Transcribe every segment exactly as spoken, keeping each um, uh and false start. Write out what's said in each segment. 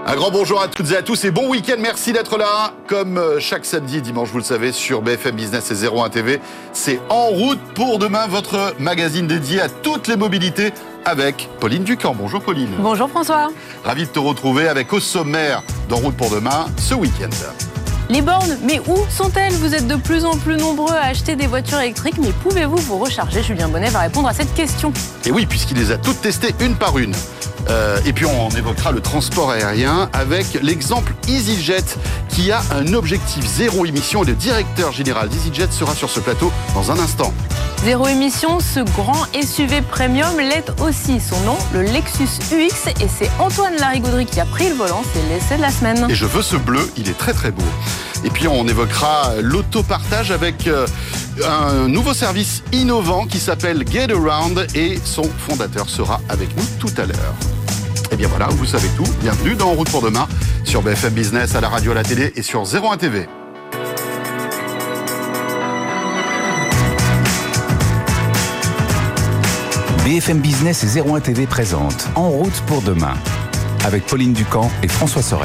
Un grand bonjour à toutes et à tous et bon week-end, merci d'être là. Comme chaque samedi et dimanche, vous le savez, sur B F M Business et zéro un T V, c'est En route pour demain, votre magazine dédié à toutes les mobilités avec Pauline Ducamp. Bonjour Pauline. Bonjour François. Ravi de te retrouver avec au sommaire d'En route pour demain ce week-end. Les bornes, mais où sont-elles? Vous êtes de plus en plus nombreux à acheter des voitures électriques, mais pouvez-vous vous recharger? Julien Bonnet va répondre à cette question. Et oui, puisqu'il les a toutes testées une par une. Euh, et puis on évoquera le transport aérien avec l'exemple EasyJet qui a un objectif zéro émission. Le directeur général d'EasyJet sera sur ce plateau dans un instant. Zéro émission, ce grand S U V premium l'est aussi. Son nom, le Lexus U X, et c'est Antoine Larigauderie qui a pris le volant. C'est l'essai de la semaine. Et je veux ce bleu, il est très très beau. Et puis on évoquera l'autopartage avec un nouveau service innovant qui s'appelle Getaround et son fondateur sera avec nous tout à l'heure. Et bien voilà, vous savez tout. Bienvenue dans En route pour demain sur B F M Business, à la radio, à la télé et sur zéro un T V. B F M Business et zéro un T V présente En route pour demain avec Pauline Ducamp et François Sorel.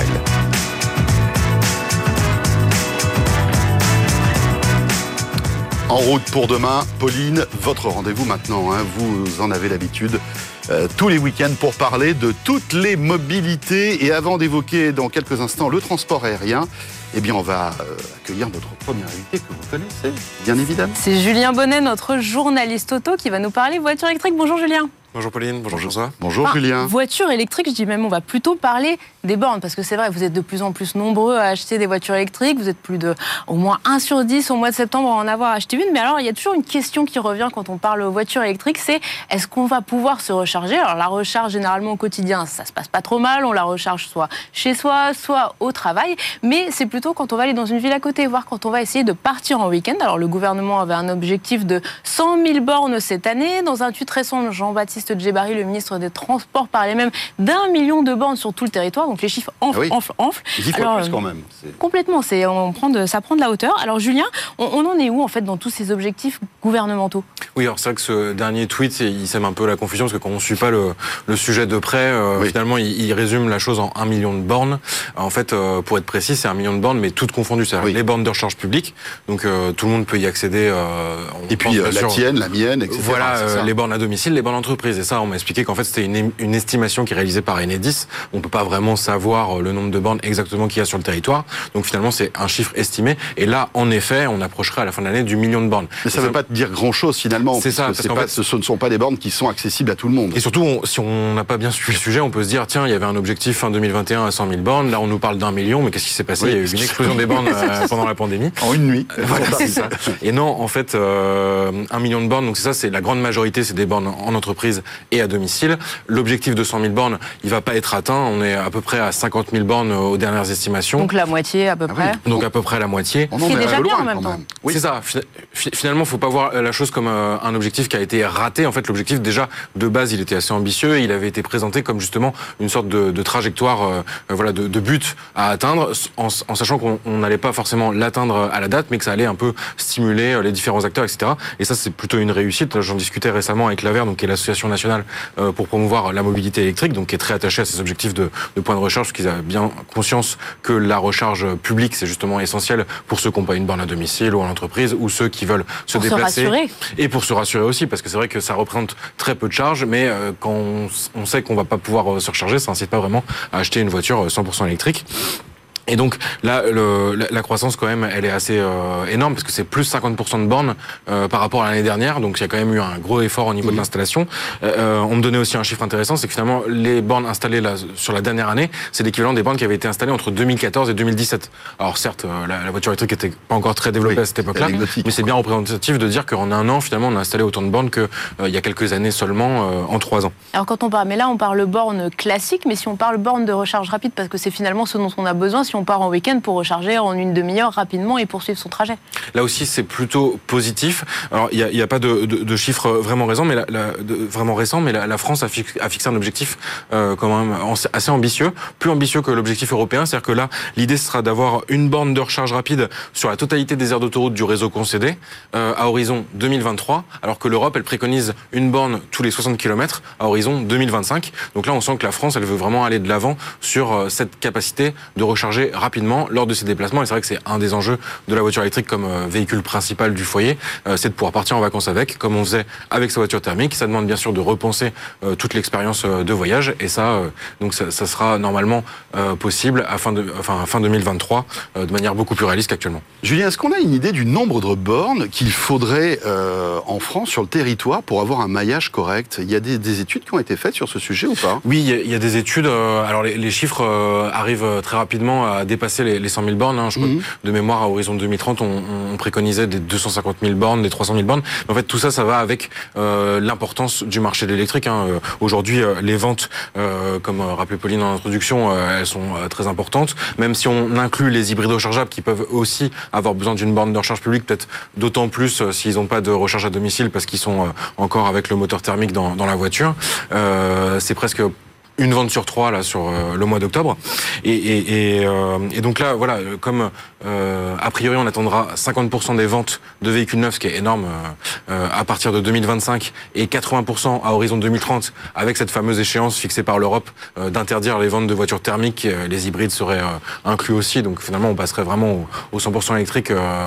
En route pour demain, Pauline, votre rendez-vous maintenant, hein, vous en avez l'habitude, euh, tous les week-ends pour parler de toutes les mobilités. Et avant d'évoquer dans quelques instants le transport aérien, eh bien on va euh, accueillir notre premier invité que vous connaissez, bien évidemment. C'est Julien Bonnet, notre journaliste auto, qui va nous parler voiture électrique. Bonjour Julien. Bonjour Pauline, bonjour François. Bonjour enfin, Julien. Voiture électrique, je dis même, on va plutôt parler des bornes, parce que c'est vrai, vous êtes de plus en plus nombreux à acheter des voitures électriques, vous êtes plus de au moins un sur dix au mois de septembre à en avoir acheté une, mais alors il y a toujours une question qui revient quand on parle voiture électrique, c'est est-ce qu'on va pouvoir se recharger? Alors la recharge, généralement au quotidien, ça se passe pas trop mal, on la recharge soit chez soi, soit au travail, mais c'est plutôt quand on va aller dans une ville à côté, voire quand on va essayer de partir en week-end. Alors le gouvernement avait un objectif de cent mille bornes cette année. Dans un tweet récent, Jean-Baptiste Djebbari, le ministre des Transports, parlait même d'un million de bornes sur tout le territoire, donc les chiffres enflent, ah oui. enflent, enflent. dix fois plus quand même. C'est... Complètement, c'est, on prend de, ça prend de la hauteur. Alors Julien, on, on en est où en fait dans tous ces objectifs gouvernementaux? Oui, alors c'est vrai que ce dernier tweet, il sème un peu la confusion, parce que quand on ne suit pas le, le sujet de près, euh, oui. finalement, il, il résume la chose en un million de bornes. En fait, euh, pour être précis, c'est un million de bornes, mais toutes confondues. C'est-à-dire oui. les bornes de recharge publique, donc euh, tout le monde peut y accéder. Euh, Et puis euh, la sûr, tienne, la mienne, et cetera. Voilà, euh, les bornes à domicile, les bornes d'entreprise. Et ça, on m'a expliqué qu'en fait, c'était une, une estimation qui est réalisée par Enedis. On ne peut pas vraiment savoir le nombre de bornes exactement qu'il y a sur le territoire. Donc finalement, c'est un chiffre estimé. Et là, en effet, on approcherait à la fin de l'année du million de bornes. Mais ça ne veut pas dire grand-chose finalement. C'est ça. Parce que pas, fait, ce ne sont pas des bornes qui sont accessibles à tout le monde. Et surtout, on, si on n'a pas bien suivi le sujet, on peut se dire, tiens, il y avait un objectif fin deux mille vingt et un à cent mille bornes. Là, on nous parle d'un million. Mais qu'est-ce qui s'est passé? Oui. Il y a eu une explosion des bornes euh, pendant la pandémie. En une nuit. Voilà, c'est ça. Et non, en fait, euh, un million de bornes, donc c'est ça, c'est la grande majorité, c'est des bornes en entreprise et à domicile. L'objectif de cent mille bornes, il va pas être atteint. On est à peu près à cinquante mille bornes aux dernières estimations. Donc la moitié à peu près. Ah oui. Donc à peu près la moitié. On en est déjà bien en même temps. Oui. C'est ça. Finalement, faut pas voir la chose comme un objectif qui a été raté. En fait, l'objectif déjà de base, il était assez ambitieux. Il avait été présenté comme justement une sorte de, de trajectoire, euh, voilà, de, de but à atteindre, en, en sachant qu'on n'allait pas forcément l'atteindre à la date, mais que ça allait un peu stimuler les différents acteurs, et cetera. Et ça, c'est plutôt une réussite. J'en discutais récemment avec l'A V E R, donc qui est l'association nationale euh, pour promouvoir la mobilité électrique, donc qui est très attachée à ces objectifs de, de points de recharge, parce qu'ils ont bien conscience que la recharge publique, c'est justement essentiel pour ceux qui n'ont pas une borne à domicile ou en entreprise, ou ceux qui veulent se pour déplacer. Se rassurer. Et pour se rassurer aussi, parce que c'est vrai que ça représente très peu de charge, mais euh, quand on, on sait qu'on va pas pouvoir euh, se recharger, ça n'incite pas vraiment à acheter une voiture cent pour cent électrique. Et donc là, le, la, la croissance quand même, elle est assez euh, énorme parce que c'est plus cinquante pour cent de bornes euh, par rapport à l'année dernière. Donc il y a quand même eu un gros effort au niveau mmh. de l'installation. Euh, on me donnait aussi un chiffre intéressant, c'est que finalement les bornes installées là, sur la dernière année, c'est l'équivalent des bornes qui avaient été installées entre deux mille quatorze et deux mille dix-sept. Alors certes, euh, la, la voiture électrique était pas encore très développée oui, à cette époque-là, mais c'est bien représentatif de dire qu'en un an, finalement, on a installé autant de bornes qu'il euh, y a quelques années seulement, euh, en trois ans. Alors quand on parle, mais là on parle bornes classiques, mais si on parle bornes de recharge rapide, parce que c'est finalement ce dont on a besoin, si on part en week-end pour recharger en une demi-heure rapidement et poursuivre son trajet. Là aussi, c'est plutôt positif. Alors, il n'y a, a pas de, de, de chiffres vraiment récents, mais la, la, de, vraiment récents, mais la, la France a, fix, a fixé un objectif euh, quand même assez ambitieux, plus ambitieux que l'objectif européen. C'est-à-dire que là, l'idée sera d'avoir une borne de recharge rapide sur la totalité des aires d'autoroute du réseau concédé euh, à horizon deux mille vingt-trois, alors que l'Europe, elle préconise une borne tous les soixante kilomètres à horizon deux mille vingt-cinq. Donc là, on sent que la France, elle veut vraiment aller de l'avant sur euh, cette capacité de recharger rapidement lors de ses déplacements. Et c'est vrai que c'est un des enjeux de la voiture électrique comme euh, véhicule principal du foyer, euh, c'est de pouvoir partir en vacances avec, comme on faisait avec sa voiture thermique. Ça demande bien sûr de repenser euh, toute l'expérience euh, de voyage, et ça, euh, donc ça, ça sera normalement euh, possible à fin, de, enfin, à fin deux mille vingt-trois, euh, de manière beaucoup plus réaliste qu'actuellement. Julien, est-ce qu'on a une idée du nombre de bornes qu'il faudrait euh, en France, sur le territoire, pour avoir un maillage correct? Il y a des, des études qui ont été faites sur ce sujet ou pas? Oui, il y, a, il y a des études. Euh, alors les, les chiffres euh, arrivent très rapidement à dépasser les, les cent mille bornes. Hein. Je crois, mmh. De mémoire, à horizon deux mille trente, on, on préconisait des deux cent cinquante mille bornes, des trois cent mille bornes. En fait, tout ça, ça va avec euh, l'importance du marché de l'électrique. Hein. Euh, Aujourd'hui, euh, les ventes, euh, comme euh, rappelait Pauline en introduction, euh, elles sont euh, très importantes. Même si on inclut les hybrides rechargeables qui peuvent aussi avoir besoin d'une borne de recharge publique, peut-être d'autant plus euh, s'ils n'ont pas de recharge à domicile parce qu'ils sont euh, encore avec le moteur thermique dans, dans la voiture. Euh, c'est presque une vente sur trois là sur euh, le mois d'octobre, et, et, et, euh, et donc là voilà, comme euh, a priori on attendra cinquante pour cent des ventes de véhicules neufs, ce qui est énorme, euh, à partir de deux mille vingt-cinq, et quatre-vingts pour cent à horizon deux mille trente, avec cette fameuse échéance fixée par l'Europe euh, d'interdire les ventes de voitures thermiques. Euh, les hybrides seraient euh, inclus aussi, donc finalement on passerait vraiment au, au cent pour cent électrique euh,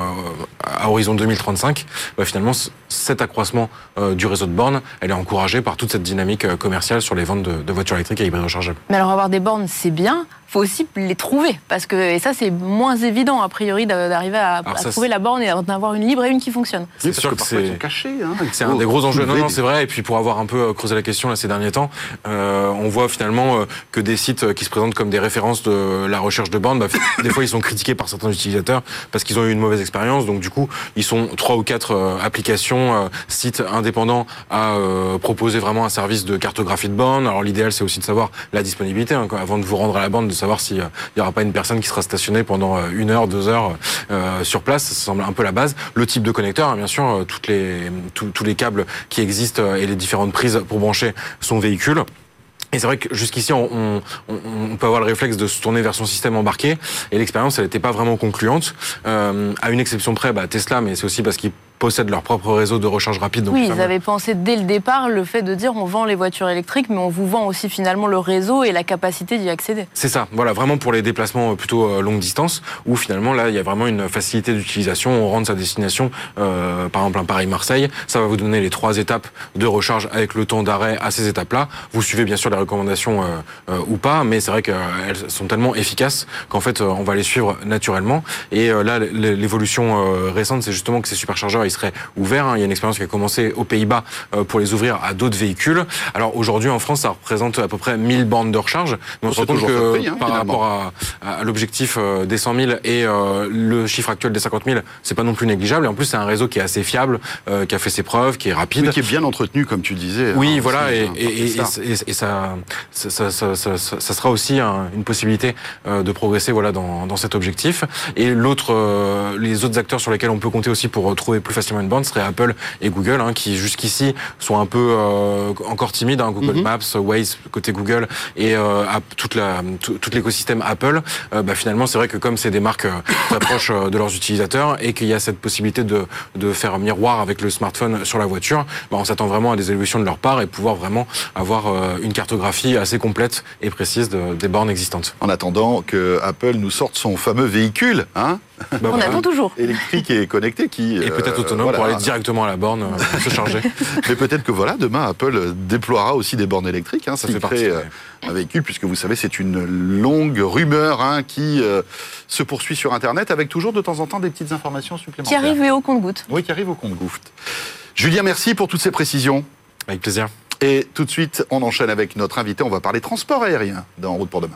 à horizon deux mille trente-cinq. Bah, finalement cet accroissement euh, du réseau de bornes, elle est encouragée par toute cette dynamique euh, commerciale sur les ventes de, de voitures électriques et hybrides rechargeables. Mais alors avoir des bornes, c'est bien. Il faut aussi les trouver, parce que et ça c'est moins évident a priori d'arriver à, à ça, trouver la borne et d'en avoir une libre et une qui fonctionne. C'est sûr que, que c'est caché. Hein, c'est un des gros enjeux. Non, non, c'est vrai. Et puis pour avoir un peu creusé la question là ces derniers temps, euh, on voit finalement euh, que des sites qui se présentent comme des références de la recherche de bornes, bah, des fois ils sont critiqués par certains utilisateurs parce qu'ils ont eu une mauvaise expérience. Donc du coup, ils sont trois ou quatre euh, applications, euh, sites indépendants à euh, proposer vraiment un service de cartographie de bornes. Alors l'idéal c'est aussi de savoir la disponibilité hein, avant de vous rendre à la borne, de savoir s'il n'y aura pas une personne qui sera stationnée pendant une heure, deux heures euh, sur place. Ça semble un peu la base. Le type de connecteur, hein, bien sûr, euh, toutes les, tous, tous les câbles qui existent euh, et les différentes prises pour brancher son véhicule. Et c'est vrai que jusqu'ici, on, on, on peut avoir le réflexe de se tourner vers son système embarqué, et l'expérience, elle n'était pas vraiment concluante. Euh, à une exception près, bah, Tesla, mais c'est aussi parce qu'ils possèdent leur propre réseau de recharge rapide. Donc oui, ils avaient pensé dès le départ le fait de dire on vend les voitures électriques, mais on vous vend aussi finalement le réseau et la capacité d'y accéder. C'est ça, voilà, vraiment pour les déplacements plutôt longue distance, où finalement là il y a vraiment une facilité d'utilisation. On rentre sa destination, euh, par exemple un Paris-Marseille, ça va vous donner les trois étapes de recharge avec le temps d'arrêt à ces étapes-là. Vous suivez bien sûr les recommandations euh, euh, ou pas, mais c'est vrai qu'elles sont tellement efficaces qu'en fait on va les suivre naturellement. Et euh, là l'évolution euh, récente, c'est justement que ces superchargeurs ils seraient ouverts. Hein. Il y a une expérience qui a commencé aux Pays-Bas euh, pour les ouvrir à d'autres véhicules. Alors aujourd'hui en France, ça représente à peu près mille bornes de recharge. Mais on se rend compte que prix, hein, par finalement. rapport à, à l'objectif euh, des cent mille et euh, le chiffre actuel des cinquante mille, c'est pas non plus négligeable. Et en plus, c'est un réseau qui est assez fiable, euh, qui a fait ses preuves, qui est rapide. Oui, qui est bien entretenu, comme tu disais. Oui, hein, voilà. Et, et, et, et, et ça, ça, ça, ça, ça, ça sera aussi un, une possibilité euh, de progresser voilà, dans, dans cet objectif. Et l'autre, euh, les autres acteurs sur lesquels on peut compter aussi pour trouver plus facilement une borne seraient Apple et Google, hein, qui jusqu'ici sont un peu euh, encore timides. Hein, Google mm-hmm. Maps, Waze côté Google et euh, toute la, tout, tout l'écosystème Apple. Euh, bah, finalement, c'est vrai que comme c'est des marques euh, très proches euh, de leurs utilisateurs et qu'il y a cette possibilité de, de faire miroir avec le smartphone sur la voiture, bah, on s'attend vraiment à des évolutions de leur part et pouvoir vraiment avoir euh, une cartographie assez complète et précise de, des bornes existantes. En attendant que Apple nous sorte son fameux véhicule, hein, bah, on voilà. attend toujours. Électrique et connecté qui et peut-être euh, autonome voilà. pour aller directement à la borne euh, se charger. Mais peut-être que voilà, demain Apple déploiera aussi des bornes électriques. Hein, ça fait crée, partie. Euh, un véhicule, puisque vous savez, c'est une longue rumeur hein, qui euh, se poursuit sur Internet, avec toujours de temps en temps des petites informations supplémentaires. Qui arrivent au compte-gouttes. Oui, qui arrivent au compte-gouttes. Julien, merci pour toutes ces précisions. Avec plaisir. Et tout de suite, on enchaîne avec notre invité. On va parler transport aérien dans En route pour demain.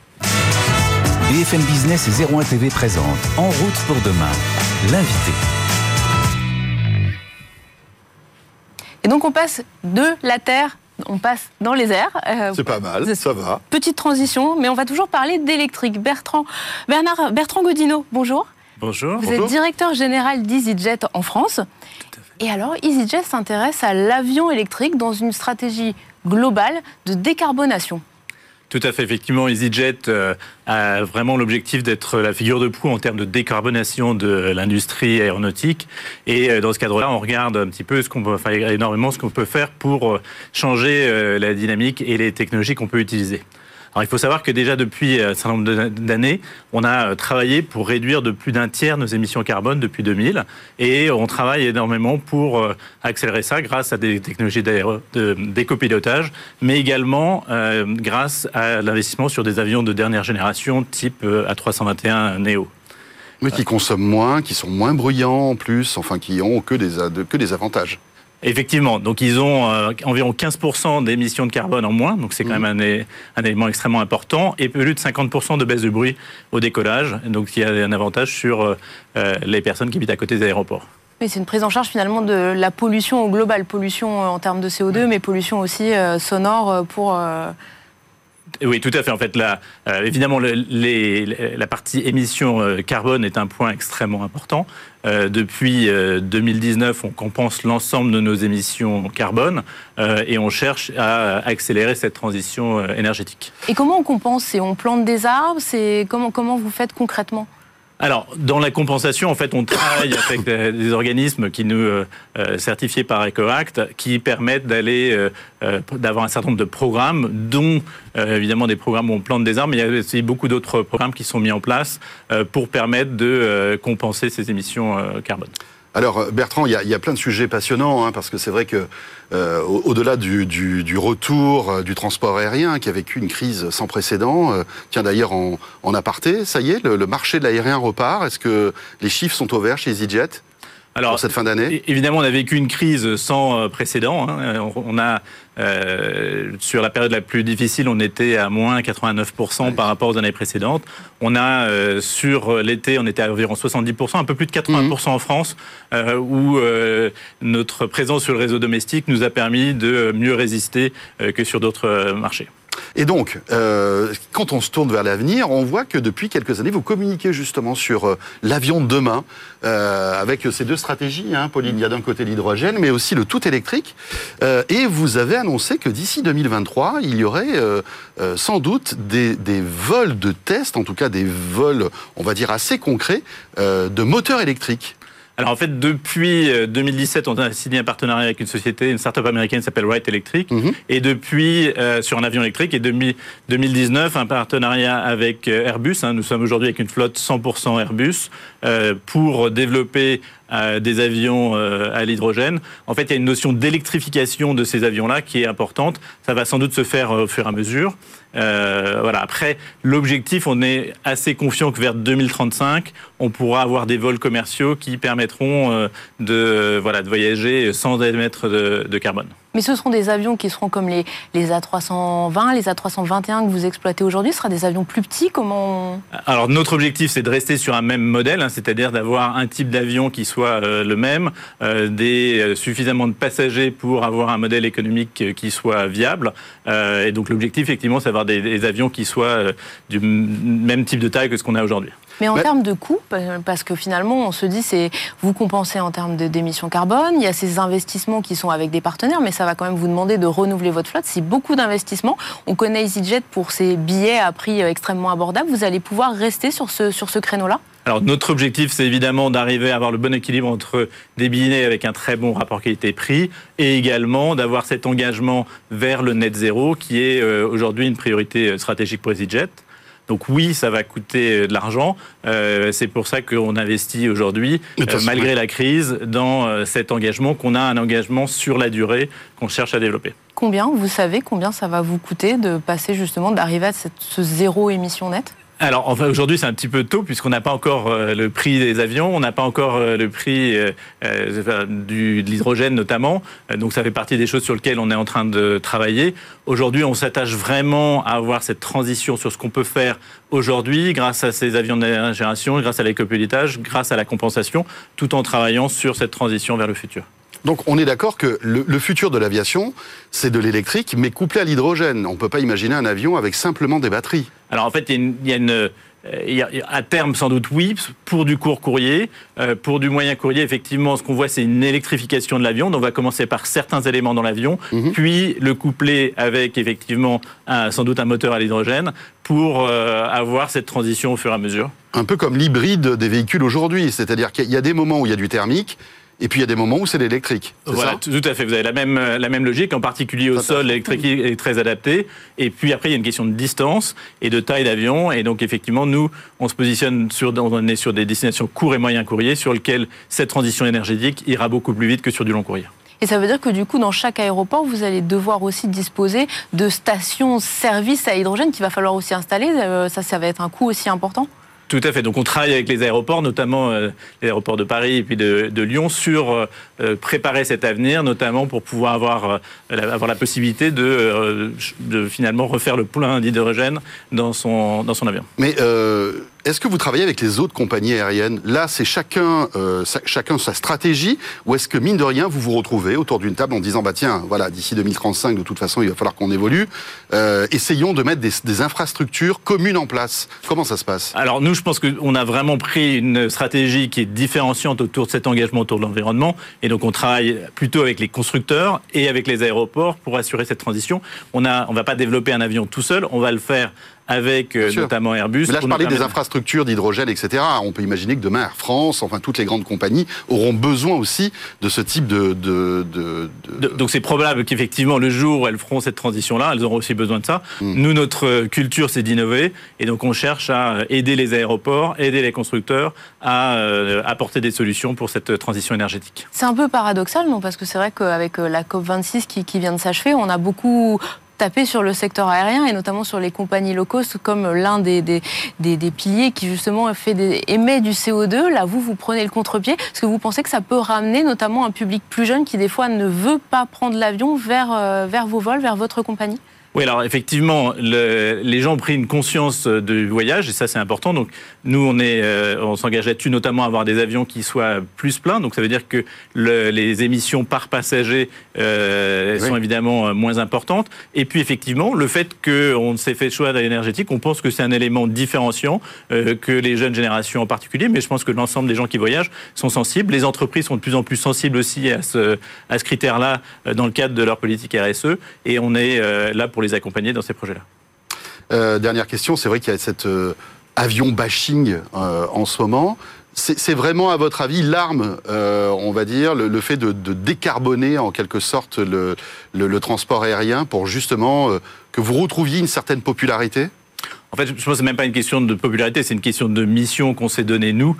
B F M Business et zéro un T V présente En route pour demain, l'invité. Et donc on passe de la Terre on passe dans les airs. Euh, C'est pas mal, ça va. Petite transition, mais on va toujours parler d'électrique. Bertrand, Bernard, Bertrand Godineau, bonjour. Bonjour. Vous Bonjour. êtes directeur général d'EasyJet en France. Et alors, EasyJet s'intéresse à l'avion électrique dans une stratégie globale de décarbonation. Tout à fait. Effectivement, EasyJet euh, a vraiment l'objectif d'être la figure de proue en termes de décarbonation de l'industrie aéronautique. Et euh, dans ce cadre-là, on regarde un petit peu ce qu'on peut, enfin, énormément ce qu'on peut faire pour changer euh, la dynamique et les technologies qu'on peut utiliser. Alors, il faut savoir que déjà depuis un certain nombre d'années, on a travaillé pour réduire de plus d'un tiers nos émissions carbone depuis deux mille. Et on travaille énormément pour accélérer ça grâce à des technologies de, d'éco-pilotage, mais également euh, grâce à l'investissement sur des avions de dernière génération type A trois cent vingt et un Neo. Mais qui consomment moins, qui sont moins bruyants en plus, enfin qui ont que des, que des avantages. Effectivement, donc ils ont euh, environ quinze pour cent d'émissions de carbone en moins, donc c'est quand même un, un élément extrêmement important, et plus de cinquante pour cent de baisse de bruit au décollage, donc il y a un avantage sur euh, les personnes qui habitent à côté des aéroports. Mais c'est une prise en charge finalement de la pollution au global, pollution en termes de C O deux, mais pollution aussi euh, sonore pour... Euh Oui, tout à fait. En fait, là, euh, évidemment, le, les, la partie émission euh, carbone est un point extrêmement important. Euh, depuis euh, deux mille dix-neuf, on compense l'ensemble de nos émissions carbone euh, et on cherche à accélérer cette transition euh, énergétique. Et comment on compense? C'est on plante des arbres? C'est comment comment vous faites concrètement? Alors, dans la compensation, en fait, on travaille avec des organismes qui nous euh, certifiés par EcoAct, qui permettent d'aller, euh, euh, d'avoir un certain nombre de programmes, dont euh, évidemment des programmes où on plante des arbres, mais il y a aussi beaucoup d'autres programmes qui sont mis en place euh, pour permettre de euh, compenser ces émissions euh, carbone. Alors Bertrand, il y a, il y a plein de sujets passionnants, hein, parce que c'est vrai que euh, au-delà du, du, du retour euh, du transport aérien qui a vécu une crise sans précédent, euh, tiens d'ailleurs en, en aparté, ça y est, le, le marché de l'aérien repart. Est-ce que les chiffres sont au vert chez EasyJet Alors, pour cette fin d'année? Évidemment, on a vécu une crise sans précédent. Hein. On a euh, sur la période la plus difficile, on était à moins quatre-vingt-neuf pour cent ouais. par rapport aux années précédentes. On a euh, sur l'été, on était à environ soixante-dix pour cent, un peu plus de quatre-vingts pour cent mmh. en France, euh, où euh, notre présence sur le réseau domestique nous a permis de mieux résister euh, que sur d'autres marchés. Et donc, euh, quand on se tourne vers l'avenir, on voit que depuis quelques années, vous communiquez justement sur euh, l'avion de demain, euh, avec ces deux stratégies, hein, Pauline. Il y a d'un côté l'hydrogène, mais aussi le tout électrique. Euh, et vous avez annoncé que d'ici deux mille vingt-trois, il y aurait euh, euh, sans doute des, des vols de test, en tout cas des vols, on va dire, assez concrets, euh, de moteurs électriques. Alors en fait, depuis deux mille dix-sept, on a signé un partenariat avec une société, une start-up américaine qui s'appelle Wright Electric, mmh. et depuis, euh, sur un avion électrique, et depuis deux mille dix-neuf, un partenariat avec Airbus. Hein, nous sommes aujourd'hui avec une flotte cent pour cent Airbus euh, pour développer euh, des avions euh, à l'hydrogène. En fait, il y a une notion d'électrification de ces avions-là qui est importante. Ça va sans doute se faire au fur et à mesure. Euh, voilà. Après, l'objectif, on est assez confiant que vers deux mille trente-cinq, on pourra avoir des vols commerciaux qui permettront euh, de, voilà, de voyager sans émettre de, de carbone. Mais ce seront des avions qui seront comme les, les A trois cent vingt, les A trois cent vingt et un que vous exploitez aujourd'hui. Ce sera des avions plus petits? Comment on... Alors, notre objectif, c'est de rester sur un même modèle, hein, c'est-à-dire d'avoir un type d'avion qui soit euh, le même, euh, des, euh, suffisamment de passagers pour avoir un modèle économique euh, qui soit viable. Euh, et donc, l'objectif, effectivement, c'est d'avoir des, des avions qui soient euh, du même type de taille que ce qu'on a aujourd'hui. Mais en Mais... termes de coûts, parce que finalement, on se dit, c'est vous compensez en termes d'émissions carbone, il y a ces investissements qui sont avec des partenaires, mais ça va quand même vous demander de renouveler votre flotte. C'est beaucoup d'investissements. On connaît EasyJet pour ses billets à prix extrêmement abordables. Vous allez pouvoir rester sur ce, sur ce créneau-là? Alors, notre objectif, c'est évidemment d'arriver à avoir le bon équilibre entre des billets avec un très bon rapport qualité-prix et également d'avoir cet engagement vers le net zéro qui est euh, aujourd'hui une priorité stratégique pour EasyJet. Donc oui, ça va coûter de l'argent. Euh, c'est pour ça qu'on investit aujourd'hui, euh, malgré la crise, dans euh, cet engagement, qu'on a un engagement sur la durée qu'on cherche à développer. Combien, vous savez, combien ça va vous coûter de passer justement, d'arriver à cette, ce zéro émission nette? Alors, enfin, aujourd'hui, c'est un petit peu tôt puisqu'on n'a pas encore euh, le prix des avions, on n'a pas encore euh, le prix euh, euh, du, de l'hydrogène notamment. Euh, donc, ça fait partie des choses sur lesquelles on est en train de travailler. Aujourd'hui, on s'attache vraiment à avoir cette transition sur ce qu'on peut faire aujourd'hui grâce à ces avions de dernière génération, grâce à l'éco-pilotage, grâce à la compensation, tout en travaillant sur cette transition vers le futur. Donc on est d'accord que le, le futur de l'aviation, c'est de l'électrique, mais couplé à l'hydrogène. On ne peut pas imaginer un avion avec simplement des batteries. Alors en fait, il y a une... Il y a une... Il y a, à terme, sans doute, oui, pour du court courrier. Euh, pour du moyen courrier, effectivement, ce qu'on voit, c'est une électrification de l'avion. Donc, on va commencer par certains éléments dans l'avion, mmh. puis le coupler avec, effectivement, un, sans doute un moteur à l'hydrogène pour euh, avoir cette transition au fur et à mesure. Un peu comme l'hybride des véhicules aujourd'hui. C'est-à-dire qu'il y a des moments où il y a du thermique, et puis il y a des moments où c'est l'électrique. C'est voilà, ça tout à fait. Vous avez la même, la même logique, en particulier au sol, l'électrique est très adapté. Et puis après, il y a une question de distance et de taille d'avion. Et donc effectivement, nous, on se positionne sur, on est sur des destinations court et moyen courrier, sur lesquelles cette transition énergétique ira beaucoup plus vite que sur du long courrier. Et ça veut dire que du coup, dans chaque aéroport, vous allez devoir aussi disposer de stations-service à hydrogène qu'il va falloir aussi installer. Ça, ça va être un coût aussi important ? Tout à fait. Donc on travaille avec les aéroports, notamment euh, les aéroports de Paris et puis de, de Lyon, sur euh, préparer cet avenir, notamment pour pouvoir avoir, euh, la, avoir la possibilité de, euh, de finalement refaire le plein d'hydrogène dans son, dans son avion. Mais euh, est-ce que vous travaillez avec les autres compagnies aériennes ? Là, c'est chacun, euh, chacun sa stratégie, ou est-ce que, mine de rien, vous vous retrouvez autour d'une table en disant, bah tiens, voilà, d'ici deux mille trente-cinq, de toute façon, il va falloir qu'on évolue. Euh, essayons de mettre des, des infrastructures communes en place. Comment ça se passe ? Alors nous, je pense qu'on a vraiment pris une stratégie qui est différenciante autour de cet engagement autour de l'environnement, et donc on travaille plutôt avec les constructeurs et avec les aéroports pour assurer cette transition. On ne on va pas développer un avion tout seul, on va le faire avec euh, notamment Airbus. Mais là, je parlais des infrastructures d'hydrogène, et cetera. On peut imaginer que demain, Air France, enfin toutes les grandes compagnies, auront besoin aussi de ce type de... de, de, de... Donc c'est probable qu'effectivement, le jour où elles feront cette transition-là, elles auront aussi besoin de ça. Mmh. Nous, notre culture, c'est d'innover, et donc on cherche à aider les aéroports, aider les constructeurs à euh, apporter des solutions pour cette transition énergétique. C'est un peu paradoxal, non ? Parce que c'est vrai qu'avec la COP vingt-six qui, qui vient de s'achever, on a beaucoup taper sur le secteur aérien et notamment sur les compagnies low cost comme l'un des, des, des, des piliers qui justement fait des, émet du C O deux. Là, vous, vous prenez le contre-pied. Est-ce que vous pensez que ça peut ramener notamment un public plus jeune qui des fois ne veut pas prendre l'avion vers, euh, vers vos vols, vers votre compagnie ? Oui, alors effectivement, le, les gens ont pris une conscience du voyage et ça c'est important. Donc nous, on est, euh, on s'engage là-dessus, notamment à avoir des avions qui soient plus pleins. Donc ça veut dire que le, les émissions par passager euh, oui. sont évidemment moins importantes. Et puis effectivement, le fait qu'on s'est fait le choix d'énergétique, on pense que c'est un élément différenciant euh, que les jeunes générations en particulier. Mais je pense que l'ensemble des gens qui voyagent sont sensibles. Les entreprises sont de plus en plus sensibles aussi à ce, à ce critère-là euh, dans le cadre de leur politique R S E. Et on est euh, là pour les accompagner dans ces projets-là. Euh, dernière question, c'est vrai qu'il y a cet euh, avion bashing euh, en ce moment. C'est, c'est vraiment, à votre avis, l'arme, euh, on va dire, le, le fait de, de décarboner en quelque sorte le, le, le transport aérien pour justement euh, que vous retrouviez une certaine popularité ? En fait, je pense que c'est même pas une question de popularité, c'est une question de mission qu'on s'est donnée nous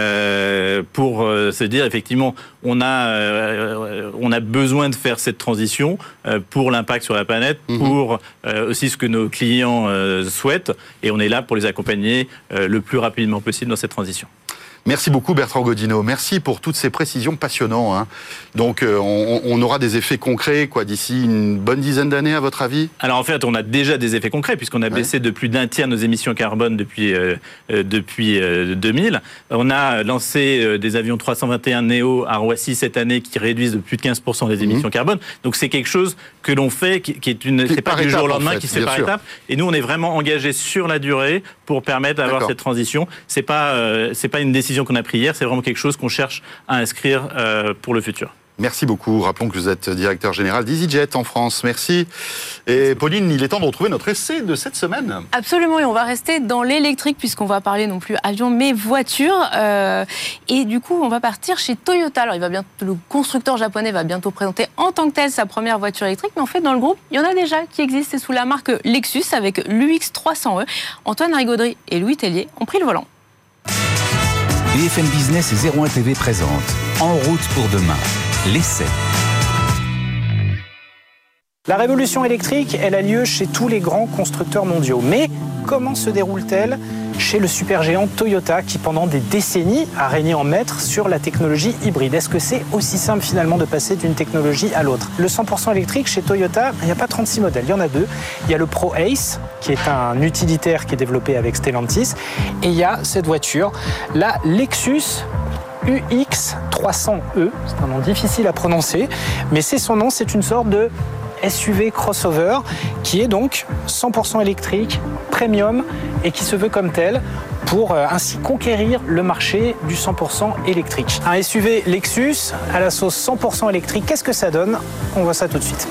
euh, pour euh, se dire effectivement on a euh, on a besoin de faire cette transition euh, pour l'impact sur la planète, mmh. pour euh, aussi ce que nos clients euh, souhaitent, et on est là pour les accompagner euh, le plus rapidement possible dans cette transition. Merci beaucoup Bertrand Godino, merci pour toutes ces précisions passionnantes. Hein. Donc euh, on, on aura des effets concrets quoi, d'ici une bonne dizaine d'années à votre avis ? Alors en fait on a déjà des effets concrets puisqu'on a ouais. baissé de plus d'un tiers nos émissions carbone depuis, euh, depuis euh, deux mille. On a lancé euh, des avions trois cent vingt et un Neo à Roissy cette année qui réduisent de plus de quinze pour cent des émissions mmh. carbone. Donc c'est quelque chose que l'on fait qui, qui est une, qui c'est pas du jour au lendemain, en fait, qui se fait par sûr. étapes. Et nous on est vraiment engagés sur la durée pour permettre d'avoir D'accord. cette transition. C'est pas, euh, c'est pas une décision qu'on a prise hier, c'est vraiment quelque chose qu'on cherche à inscrire euh, pour le futur. Merci beaucoup. Rappelons que vous êtes directeur général d'EasyJet en France. Merci. Et Pauline, il est temps de retrouver notre essai de cette semaine. Absolument, et on va rester dans l'électrique puisqu'on va parler non plus avion mais voiture. Euh, et du coup, on va partir chez Toyota. Alors, il va bientôt, le constructeur japonais va bientôt présenter en tant que tel sa première voiture électrique. Mais en fait, dans le groupe, il y en a déjà qui existent. C'est sous la marque Lexus avec l'U X trois cents E. Antoine Rigaudry et Louis Tellier ont pris le volant. B F M Business et zéro un T V présente En route pour demain, l'essai. La révolution électrique, elle a lieu chez tous les grands constructeurs mondiaux. Mais comment se déroule-t-elle chez le supergéant Toyota qui, pendant des décennies, a régné en maître sur la technologie hybride? Est-ce que c'est aussi simple finalement de passer d'une technologie à l'autre? Le cent pour cent électrique chez Toyota, il n'y a pas trente-six modèles, il y en a deux. Il y a le Pro Ace, qui est un utilitaire qui est développé avec Stellantis, et il y a cette voiture, la Lexus U X trois cents E, c'est un nom difficile à prononcer, mais c'est son nom, c'est une sorte de S U V crossover qui est donc cent pour cent électrique, premium et qui se veut comme tel pour euh, ainsi conquérir le marché du cent pour cent électrique. Un S U V Lexus à la sauce cent pour cent électrique, qu'est-ce que ça donne? On voit ça tout de suite.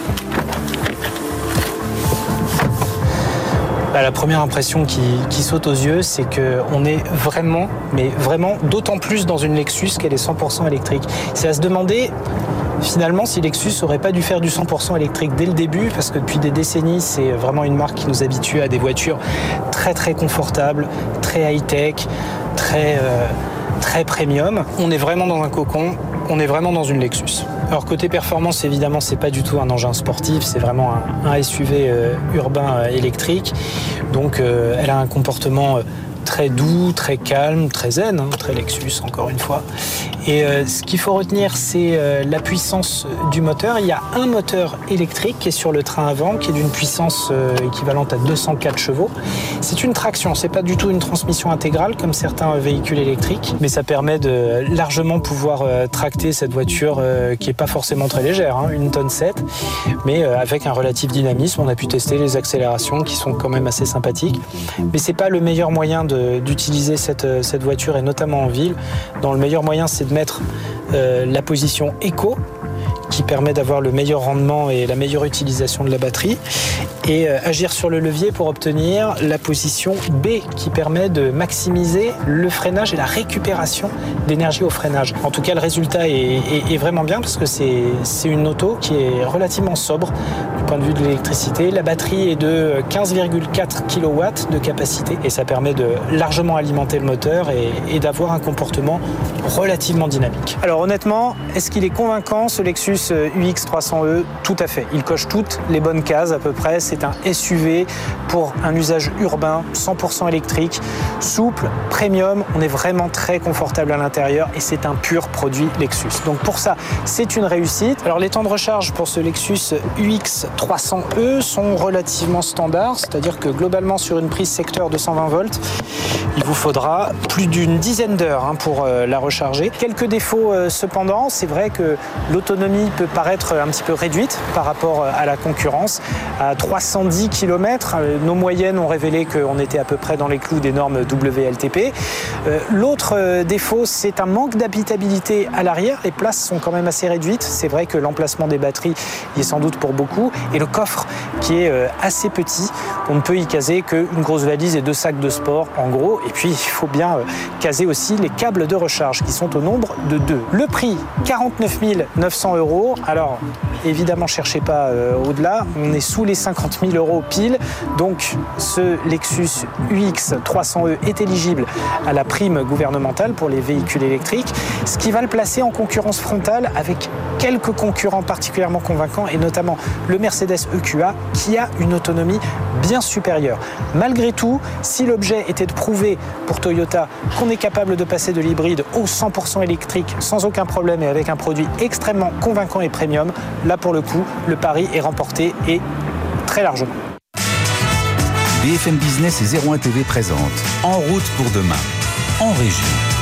La première impression qui, qui saute aux yeux, c'est qu'on est vraiment, mais vraiment d'autant plus dans une Lexus qu'elle est cent pour cent électrique. C'est à se demander finalement si Lexus n'aurait pas dû faire du cent pour cent électrique dès le début, parce que depuis des décennies, c'est vraiment une marque qui nous habitue à des voitures très très confortables, très high-tech, très, euh, très premium. On est vraiment dans un cocon, on est vraiment dans une Lexus. Alors côté performance, évidemment, c'est pas du tout un engin sportif, c'est vraiment un, un S U V euh, urbain euh, électrique. Donc euh, elle a un comportement euh, très doux, très calme, très zen, hein, très Lexus encore une fois. Et euh, ce qu'il faut retenir, c'est euh, la puissance du moteur. Il y a un moteur électrique qui est sur le train avant, qui est d'une puissance euh, équivalente à deux cent quatre chevaux. C'est une traction, c'est pas du tout une transmission intégrale comme certains véhicules électriques, mais ça permet de largement pouvoir euh, tracter cette voiture euh, qui est pas forcément très légère, hein, une tonne sept, mais euh, avec un relatif dynamisme. On a pu tester les accélérations qui sont quand même assez sympathiques, mais c'est pas le meilleur moyen de d'utiliser cette, cette voiture, et notamment en ville. Dans le meilleur moyen, c'est de mettre euh, la position éco, qui permet d'avoir le meilleur rendement et la meilleure utilisation de la batterie, et euh, agir sur le levier pour obtenir la position B, qui permet de maximiser le freinage et la récupération d'énergie au freinage. En tout cas, le résultat est, est, est vraiment bien, parce que c'est, c'est une auto qui est relativement sobre du point de vue de l'électricité. La batterie est de quinze virgule quatre kilowatts de capacité, et ça permet de largement alimenter le moteur et, et d'avoir un comportement relativement dynamique. Alors honnêtement, est-ce qu'il est convaincant ce Lexus U X trois cents E? Tout à fait. Il coche toutes les bonnes cases à peu près. C'est un S U V pour un usage urbain, cent pour cent électrique, souple, premium. On est vraiment très confortable à l'intérieur, et c'est un pur produit Lexus. Donc pour ça, c'est une réussite. Alors les temps de recharge pour ce Lexus U X trois cents E sont relativement standards, c'est-à-dire que globalement sur une prise secteur deux cent vingt volts, il vous faudra plus d'une dizaine d'heures hein, pour euh, la recharger. Quelques défauts euh, cependant, c'est vrai que l'autonomie peut paraître un petit peu réduite par rapport à la concurrence. À trois cent dix kilomètres, nos moyennes ont révélé qu'on était à peu près dans les clous des normes W L T P. Euh, l'autre euh, défaut, c'est un manque d'habitabilité à l'arrière. Les places sont quand même assez réduites. C'est vrai que l'emplacement des batteries y est sans doute pour beaucoup. Et le coffre qui est euh, assez petit. On ne peut y caser qu'une grosse valise et deux sacs de sport en gros. Et puis, il faut bien euh, caser aussi les câbles de recharge qui sont au nombre de deux. Le prix, quarante-neuf mille neuf cents euros. Alors, évidemment, cherchez pas euh, au-delà. On est sous les cinquante mille euros pile. Donc, ce Lexus U X trois cents E est éligible à la prime gouvernementale pour les véhicules électriques, ce qui va le placer en concurrence frontale avec quelques concurrents particulièrement convaincants, et notamment le Mercedes E Q A, qui a une autonomie bien supérieure. Malgré tout, si l'objet était de prouver pour Toyota qu'on est capable de passer de l'hybride au cent pour cent électrique sans aucun problème et avec un produit extrêmement convaincant et premium, là pour le coup, le pari est remporté, et très largement. B F M Business et zéro un T V présente En route pour demain, en région.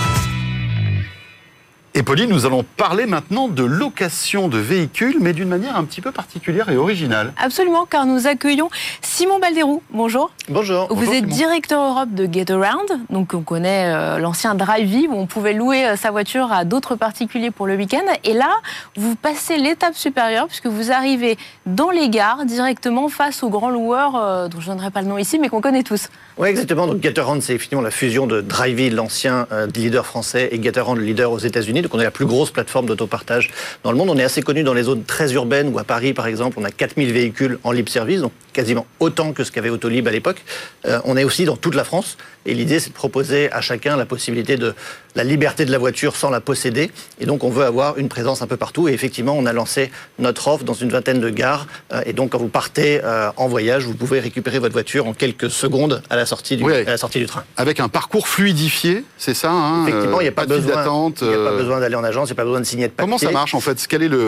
Et Pauline, nous allons parler maintenant de location de véhicules, mais d'une manière un petit peu particulière et originale. Absolument, car nous accueillons Simon Balderou. Bonjour. Bonjour. Vous Bonjour, êtes Simon. directeur Europe de Getaround, donc on connaît euh, l'ancien Drivey, où on pouvait louer euh, sa voiture à d'autres particuliers pour le week-end. Et là, vous passez l'étape supérieure, puisque vous arrivez dans les gares, directement face aux grands loueurs, euh, dont je ne donnerai pas le nom ici, mais qu'on connaît tous. Oui, exactement. Donc Getaround, c'est effectivement la fusion de Drivey, l'ancien euh, leader français, et Getaround, le leader aux États-Unis. Donc on est la plus grosse plateforme d'autopartage dans le monde. On est assez connu dans les zones très urbaines, où à Paris, par exemple, on a quatre mille véhicules en libre service, donc quasiment autant que ce qu'avait Autolib à l'époque. Euh, on est aussi dans toute la France. Et l'idée, c'est de proposer à chacun la possibilité de la liberté de la voiture sans la posséder. Et donc, on veut avoir une présence un peu partout. Et effectivement, on a lancé notre offre dans une vingtaine de gares. Et donc, quand vous partez euh, en voyage, vous pouvez récupérer votre voiture en quelques secondes à la sortie du, Oui, à la sortie du train. Avec un parcours fluidifié, c'est ça hein, Effectivement, il n'y a pas, pas de file besoin, d'attente. il n'y a pas euh... besoin d'aller en agence, il n'y a pas besoin de signer de papier. Comment ça marche en fait? Quel est le,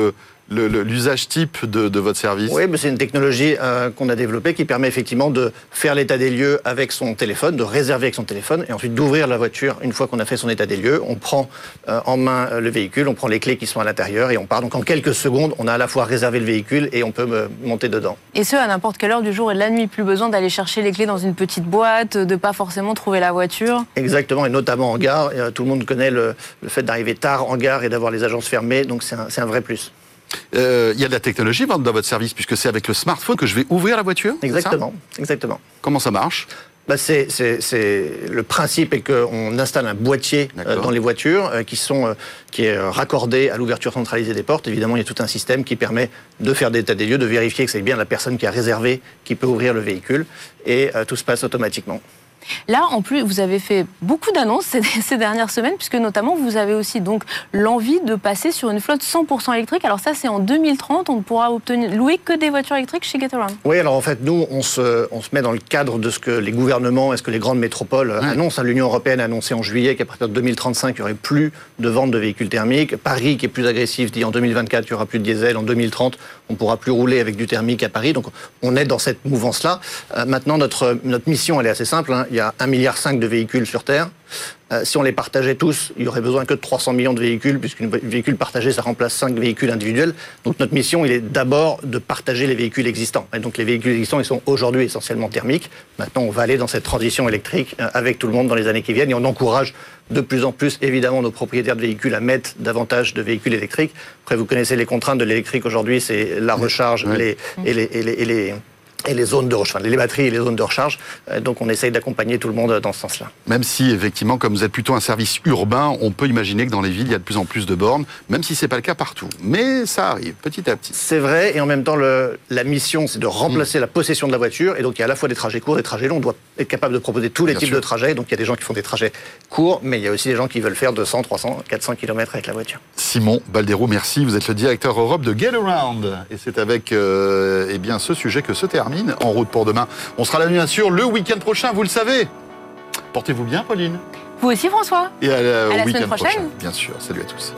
le, le, l'usage type de, de votre service? Oui, mais c'est une technologie euh, qu'on a développée qui permet effectivement de faire l'état des lieux avec son téléphone, de réserver avec son téléphone et ensuite d'ouvrir la voiture une fois qu'on a fait son état des lieux. On prend euh, en main euh, le véhicule, on prend les clés qui sont à l'intérieur et on part. Donc en quelques secondes, on a à la fois réservé le véhicule et on peut euh, monter dedans. Et ce, à n'importe quelle heure du jour et de la nuit. Plus besoin d'aller chercher les clés dans une petite boîte, de pas forcément trouver la voiture. Exactement, et notamment en gare. Euh, tout le monde connaît le, le fait d'arriver tard en gare et d'avoir les agences fermées, donc c'est un, c'est un vrai plus. Il euh, y a de la technologie dans votre service, puisque c'est avec le smartphone que je vais ouvrir la voiture? Exactement, exactement. Comment ça marche? Bah c'est, c'est, c'est, le principe est qu'on installe un boîtier euh, dans les voitures euh, qui, sont, euh, qui est raccordé à l'ouverture centralisée des portes. Évidemment, il y a tout un système qui permet de faire des états des lieux, de vérifier que c'est bien la personne qui a réservé qui peut ouvrir le véhicule, et euh, tout se passe automatiquement. Là, en plus, vous avez fait beaucoup d'annonces ces, ces dernières semaines, puisque notamment, vous avez aussi donc l'envie de passer sur une flotte cent pour cent électrique. Alors ça, c'est en deux mille trente, on ne pourra obtenir, louer que des voitures électriques chez Getaround. Oui, alors en fait, nous, on se, on se met dans le cadre de ce que les gouvernements et ce que les grandes métropoles ouais. annoncent. L'Union européenne a annoncé en juillet qu'à partir de deux mille trente-cinq, il n'y aurait plus de vente de véhicules thermiques. Paris, qui est plus agressif, dit en deux mille vingt-quatre, il n'y aura plus de diesel. En deux mille trente, on ne pourra plus rouler avec du thermique à Paris. Donc, on est dans cette mouvance-là. Euh, maintenant, notre, notre mission, elle est assez simple. Hein. Il y a un virgule cinq milliard de véhicules sur Terre. Euh, si on les partageait tous, il y aurait besoin que de trois cents millions de véhicules, puisqu'une véhicule partagé, ça remplace cinq véhicules individuels. Donc notre mission, il est d'abord de partager les véhicules existants. Et donc les véhicules existants, ils sont aujourd'hui essentiellement thermiques. Maintenant, on va aller dans cette transition électrique euh, avec tout le monde dans les années qui viennent, et on encourage de plus en plus, évidemment, nos propriétaires de véhicules à mettre davantage de véhicules électriques. Après, vous connaissez les contraintes de l'électrique aujourd'hui, c'est la recharge oui. les, et les... Et les, et les et les zones de recharge, les batteries et les zones de recharge. Donc on essaye d'accompagner tout le monde dans ce sens-là. Même si, effectivement, comme vous êtes plutôt un service urbain, on peut imaginer que dans les villes, il y a de plus en plus de bornes, même si ce n'est pas le cas partout. Mais ça arrive, petit à petit. C'est vrai, et en même temps, le, la mission, c'est de remplacer mmh. la possession de la voiture. Et donc il y a à la fois des trajets courts, des trajets longs. On doit être capable de proposer tous les Bien types sûr. de trajets. Donc il y a des gens qui font des trajets courts, mais il y a aussi des gens qui veulent faire deux cents, trois cents, quatre cents kilomètres avec la voiture. Simon Baldero, merci. Vous êtes le directeur Europe de Getaround. Et c'est avec euh, eh bien, ce sujet que se termine En route pour demain. On sera là, bien sûr, le week-end prochain, vous le savez. Portez-vous bien, Pauline. Vous aussi, François. Et à, la, à au la week-end semaine prochaine. prochain. Bien sûr. Salut à tous.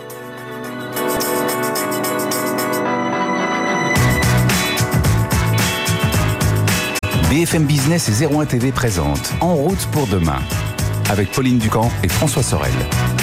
B F M Business et zéro un T V présentent En route pour demain avec Pauline Ducamp et François Sorel.